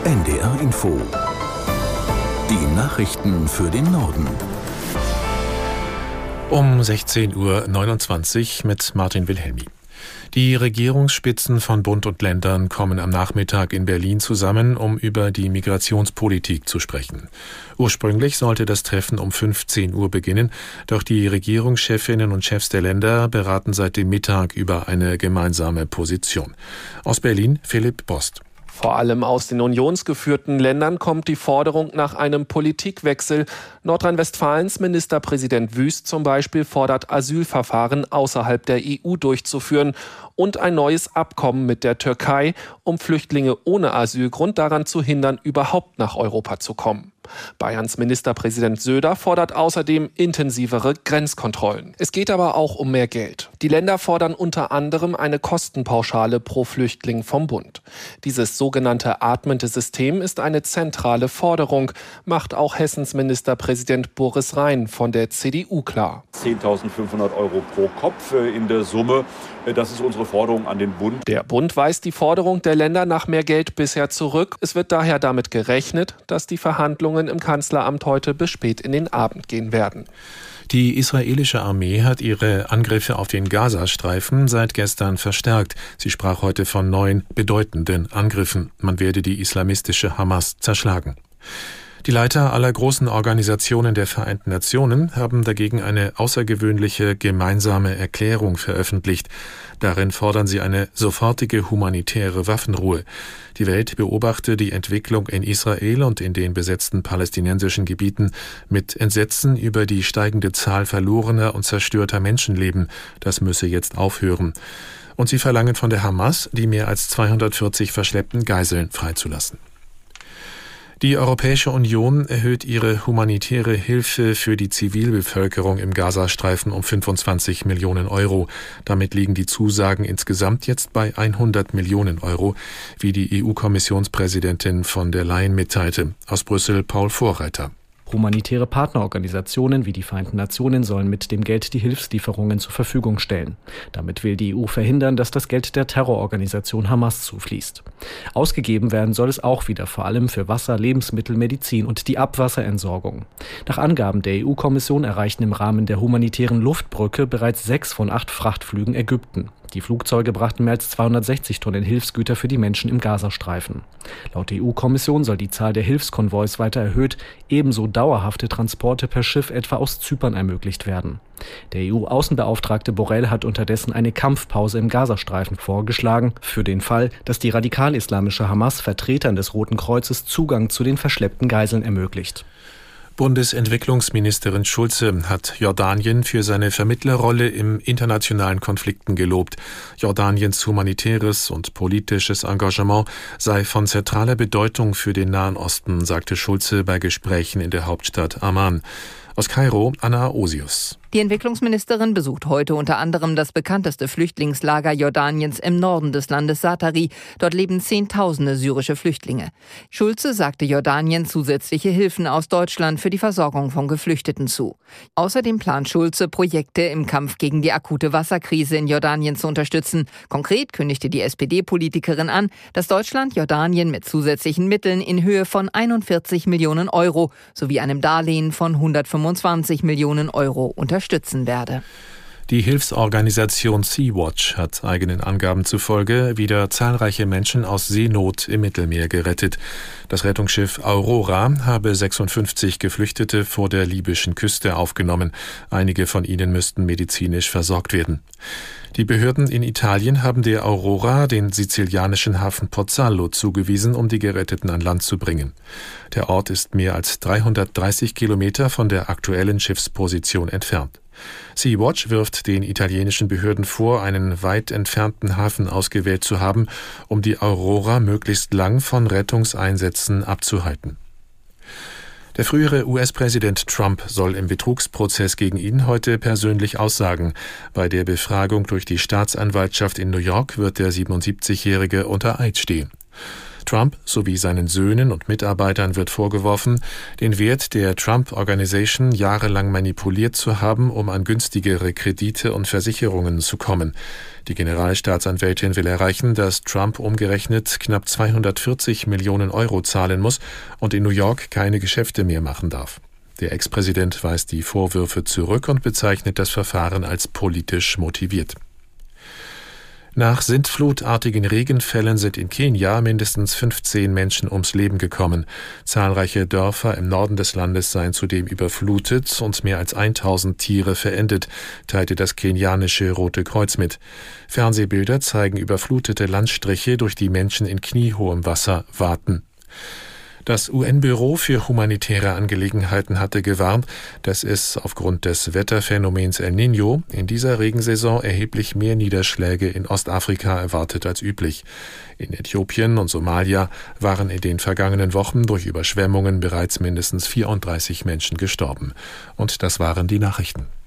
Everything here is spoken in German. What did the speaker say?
NDR Info. Die Nachrichten für den Norden. Um 16:29 Uhr mit Martin Wilhelmi. Die Regierungsspitzen von Bund und Ländern kommen am Nachmittag in Berlin zusammen, um über die Migrationspolitik zu sprechen. Ursprünglich sollte das Treffen um 15 Uhr beginnen, doch die Regierungschefinnen und Chefs der Länder beraten seit dem Mittag über eine gemeinsame Position. Aus Berlin Philipp Bost. Vor allem aus den unionsgeführten Ländern kommt die Forderung nach einem Politikwechsel. Nordrhein-Westfalens Ministerpräsident Wüst zum Beispiel fordert, Asylverfahren außerhalb der EU durchzuführen und ein neues Abkommen mit der Türkei, um Flüchtlinge ohne Asylgrund daran zu hindern, überhaupt nach Europa zu kommen. Bayerns Ministerpräsident Söder fordert außerdem intensivere Grenzkontrollen. Es geht aber auch um mehr Geld. Die Länder fordern unter anderem eine Kostenpauschale pro Flüchtling vom Bund. Dieses sogenannte atmende System ist eine zentrale Forderung, macht auch Hessens Ministerpräsident Boris Rhein von der CDU klar. 10.500 € pro Kopf in der Summe. Das ist unsere Forderung an den Bund. Der Bund weist die Forderung der Länder nach mehr Geld bisher zurück. Es wird daher damit gerechnet, dass die Verhandlungen im Kanzleramt heute bis spät in den Abend gehen werden. Die israelische Armee hat ihre Angriffe auf den Gazastreifen seit gestern verstärkt. Sie sprach heute von 9 bedeutenden Angriffen. Man werde die islamistische Hamas zerschlagen. Die Leiter aller großen Organisationen der Vereinten Nationen haben dagegen eine außergewöhnliche gemeinsame Erklärung veröffentlicht. Darin fordern sie eine sofortige humanitäre Waffenruhe. Die Welt beobachte die Entwicklung in Israel und in den besetzten palästinensischen Gebieten mit Entsetzen über die steigende Zahl verlorener und zerstörter Menschenleben. Das müsse jetzt aufhören. Und sie verlangen von der Hamas, die mehr als 240 verschleppten Geiseln freizulassen. Die Europäische Union erhöht ihre humanitäre Hilfe für die Zivilbevölkerung im Gazastreifen um 25 Millionen €. Damit liegen die Zusagen insgesamt jetzt bei 100 Millionen €, wie die EU-Kommissionspräsidentin von der Leyen mitteilte. Aus Brüssel Paul Vorreiter. Humanitäre Partnerorganisationen wie die Vereinten Nationen sollen mit dem Geld die Hilfslieferungen zur Verfügung stellen. Damit will die EU verhindern, dass das Geld der Terrororganisation Hamas zufließt. Ausgegeben werden soll es auch wieder vor allem für Wasser, Lebensmittel, Medizin und die Abwasserentsorgung. Nach Angaben der EU-Kommission erreichen im Rahmen der humanitären Luftbrücke bereits 6 von 8 Frachtflügen Ägypten. Die Flugzeuge brachten mehr als 260 Tonnen Hilfsgüter für die Menschen im Gazastreifen. Laut der EU-Kommission soll die Zahl der Hilfskonvois weiter erhöht, ebenso dauerhafte Transporte per Schiff etwa aus Zypern ermöglicht werden. Der EU-Außenbeauftragte Borrell hat unterdessen eine Kampfpause im Gazastreifen vorgeschlagen, für den Fall, dass die radikal-islamische Hamas Vertretern des Roten Kreuzes Zugang zu den verschleppten Geiseln ermöglicht. Bundesentwicklungsministerin Schulze hat Jordanien für seine Vermittlerrolle in internationalen Konflikten gelobt. Jordaniens humanitäres und politisches Engagement sei von zentraler Bedeutung für den Nahen Osten, sagte Schulze bei Gesprächen in der Hauptstadt Amman. Aus Kairo, Anna Osius. Die Entwicklungsministerin besucht heute unter anderem das bekannteste Flüchtlingslager Jordaniens im Norden des Landes Satari. Dort leben Zehntausende syrische Flüchtlinge. Schulze sagte Jordanien zusätzliche Hilfen aus Deutschland für die Versorgung von Geflüchteten zu. Außerdem plant Schulze, Projekte im Kampf gegen die akute Wasserkrise in Jordanien zu unterstützen. Konkret kündigte die SPD-Politikerin an, dass Deutschland Jordanien mit zusätzlichen Mitteln in Höhe von 41 Millionen € sowie einem Darlehen von 125 Millionen € unterstützen werde. Die Hilfsorganisation Sea-Watch hat eigenen Angaben zufolge wieder zahlreiche Menschen aus Seenot im Mittelmeer gerettet. Das Rettungsschiff Aurora habe 56 Geflüchtete vor der libyschen Küste aufgenommen. Einige von ihnen müssten medizinisch versorgt werden. Die Behörden in Italien haben der Aurora den sizilianischen Hafen Pozzallo zugewiesen, um die Geretteten an Land zu bringen. Der Ort ist mehr als 330 Kilometer von der aktuellen Schiffsposition entfernt. Sea-Watch wirft den italienischen Behörden vor, einen weit entfernten Hafen ausgewählt zu haben, um die Aurora möglichst lang von Rettungseinsätzen abzuhalten. Der frühere US-Präsident Trump soll im Betrugsprozess gegen ihn heute persönlich aussagen. Bei der Befragung durch die Staatsanwaltschaft in New York wird der 77-Jährige unter Eid stehen. Trump sowie seinen Söhnen und Mitarbeitern wird vorgeworfen, den Wert der Trump Organization jahrelang manipuliert zu haben, um an günstigere Kredite und Versicherungen zu kommen. Die Generalstaatsanwältin will erreichen, dass Trump umgerechnet knapp 240 Millionen Euro zahlen muss und in New York keine Geschäfte mehr machen darf. Der Ex-Präsident weist die Vorwürfe zurück und bezeichnet das Verfahren als politisch motiviert. Nach sintflutartigen Regenfällen sind in Kenia mindestens 15 Menschen ums Leben gekommen. Zahlreiche Dörfer im Norden des Landes seien zudem überflutet und mehr als 1000 Tiere verendet, teilte das kenianische Rote Kreuz mit. Fernsehbilder zeigen überflutete Landstriche, durch die Menschen in kniehohem Wasser waten. Das UN-Büro für humanitäre Angelegenheiten hatte gewarnt, dass es aufgrund des Wetterphänomens El Niño in dieser Regensaison erheblich mehr Niederschläge in Ostafrika erwartet als üblich. In Äthiopien und Somalia waren in den vergangenen Wochen durch Überschwemmungen bereits mindestens 34 Menschen gestorben. Und das waren die Nachrichten.